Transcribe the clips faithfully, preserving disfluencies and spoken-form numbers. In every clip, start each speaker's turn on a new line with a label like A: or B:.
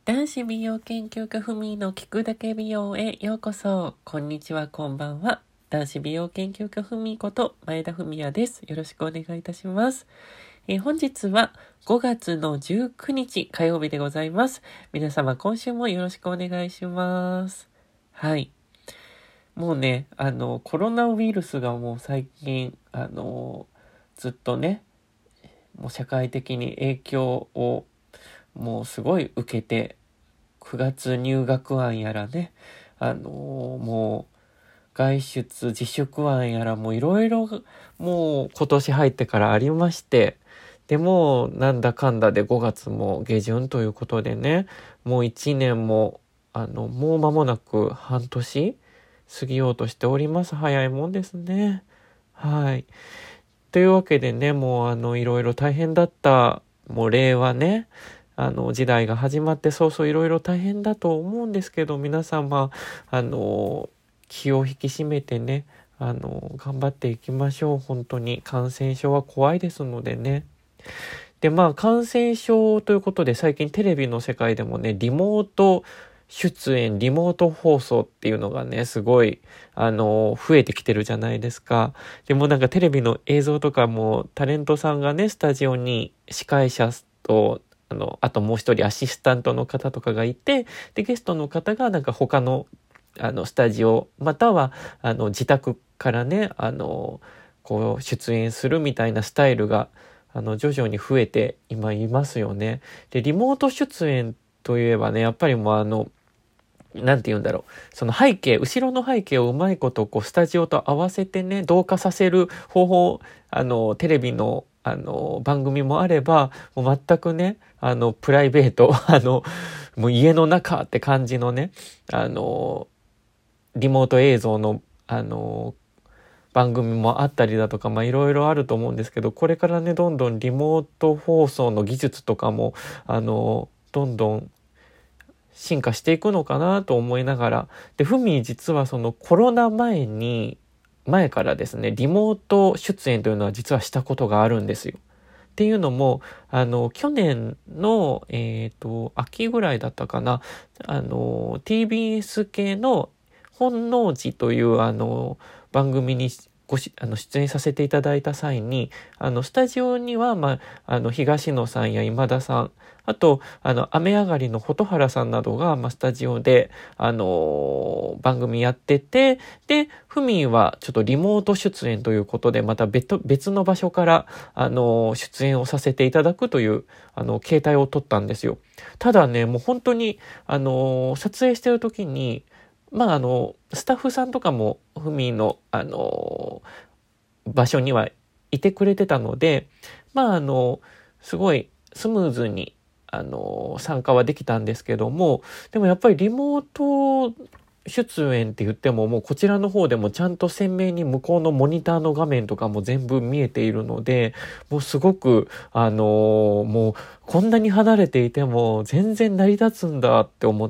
A: 男子美容研究家ふみの聞くだけ美容へようこそ。こんにちは、こんばんは。男子美容研究家ふみこと前田文也です。よろしくお願いいたします。えー、本日はごがつのじゅうくにち火曜日でございます。皆様今週もよろしくお願いします。はい。もうね、あの、コロナウイルスがもう最近、あの、ずっとね、もう社会的に影響をもうすごい受けて、くがつ入学案やらね、あのーもう外出自粛案やらもいろいろもう今年入ってからありまして、でもなんだかんだでごがつも下旬ということでね、もういちねんもあのもう間もなく半年過ぎようとしております。早いもんですね。はい。というわけでね、もうあのいろいろ大変だったもう令和ね、あの時代が始まってそうそういろいろ大変だと思うんですけど、皆様あの気を引き締めてね、あの頑張っていきましょう。本当に感染症は怖いですのでね。でまあ感染症ということで最近テレビの世界でもね、リモート出演、リモート放送っていうのがね、すごい、あの、増えてきてるじゃないですか。でもなんかテレビの映像とかも、タレントさんがね、スタジオに司会者と、あの、あともう一人アシスタントの方とかがいて、で、ゲストの方がなんか他の、あの、スタジオ、または、あの、自宅からね、あの、こう、出演するみたいなスタイルが、あの、徐々に増えて今いますよね。で、リモート出演といえばね、やっぱりもうあの、なんて言うんだろう。その背景、後ろの背景をうまいことこうスタジオと合わせてね、同化させる方法、あの、テレビの、あの、番組もあれば、もう全くね、あの、プライベート、あの、もう家の中って感じのね、あの、リモート映像の、あの、番組もあったりだとか、まあいろいろあると思うんですけど、これからね、どんどんリモート放送の技術とかも、あの、どんどん進化していくのかなと思いながら、で、ふみ実はそのコロナ前に、前からですね、リモート出演というのは実はしたことがあるんですよ。っていうのも、あの、去年の、えっと、秋ぐらいだったかな、あの、ティービーエス 系の本能寺というあの、番組にごしあの出演させていただいた際に、あの、スタジオには、まあ、あの、東野さんや今田さん、あと、あの、雨上がりの蛍原さんなどが、まあ、スタジオで、あのー番組やってて、で、ふみはちょっとリモート出演ということで、また別別の場所から、あのー出演をさせていただくという、あの、形態を取ったんですよ。ただね、もう本当に、あのー撮影してる時に、まあ、あの、スタッフさんとかも、ふみの、あのー場所にはいてくれてたので、まあ、あの、すごいスムーズに、あの、参加はできたんですけども、でもやっぱりリモート出演って言っても、もうこちらの方でもちゃんと鮮明に向こうのモニターの画面とかも全部見えているので、もうすごく、あの、もうこんなに離れていても全然成り立つんだって思って、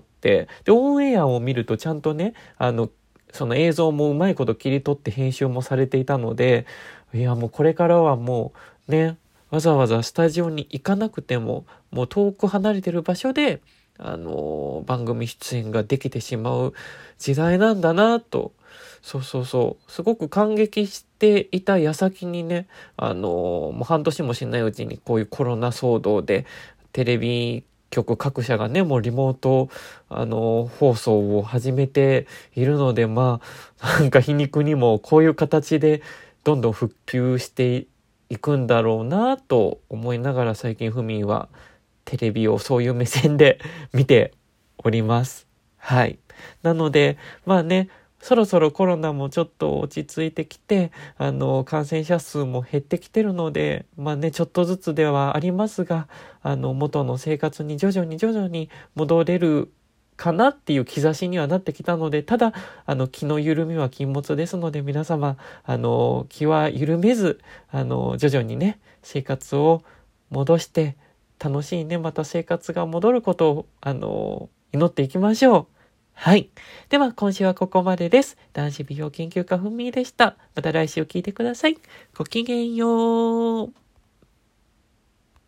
A: で、オンエアを見るとちゃんとね、あの、その映像もうまいこと切り取って編集もされていたので、いやもうこれからはもうね、わざわざスタジオに行かなくても、もう遠く離れてる場所で、あのー番組出演ができてしまう時代なんだなと、そうそうそう、すごく感激していた矢先にね、あのーもう半年もしないうちにこういうコロナ騒動で、テレビ局各社がね、もうリモート、あのー放送を始めているので、まあ、なんか皮肉にもこういう形でどんどん復旧していくんだろうなと思いながら最近ふみはテレビをそういう目線で見ております。はい。なので、まあね、そろそろコロナもちょっと落ち着いてきて、あの、感染者数も減ってきてるので、まあね、ちょっとずつではありますが、あの、元の生活に徐々に徐々に戻れるかなっていう兆しにはなってきたので、ただ、あの、気の緩みは禁物ですので、皆様、あの、気は緩めず、あの、徐々にね、生活を戻して、楽しいね、また生活が戻ることを、あの、祈っていきましょう。はい。では、今週はここまでです。男子美容研究家ふみでした。また来週聞いてください。ごきげんよう。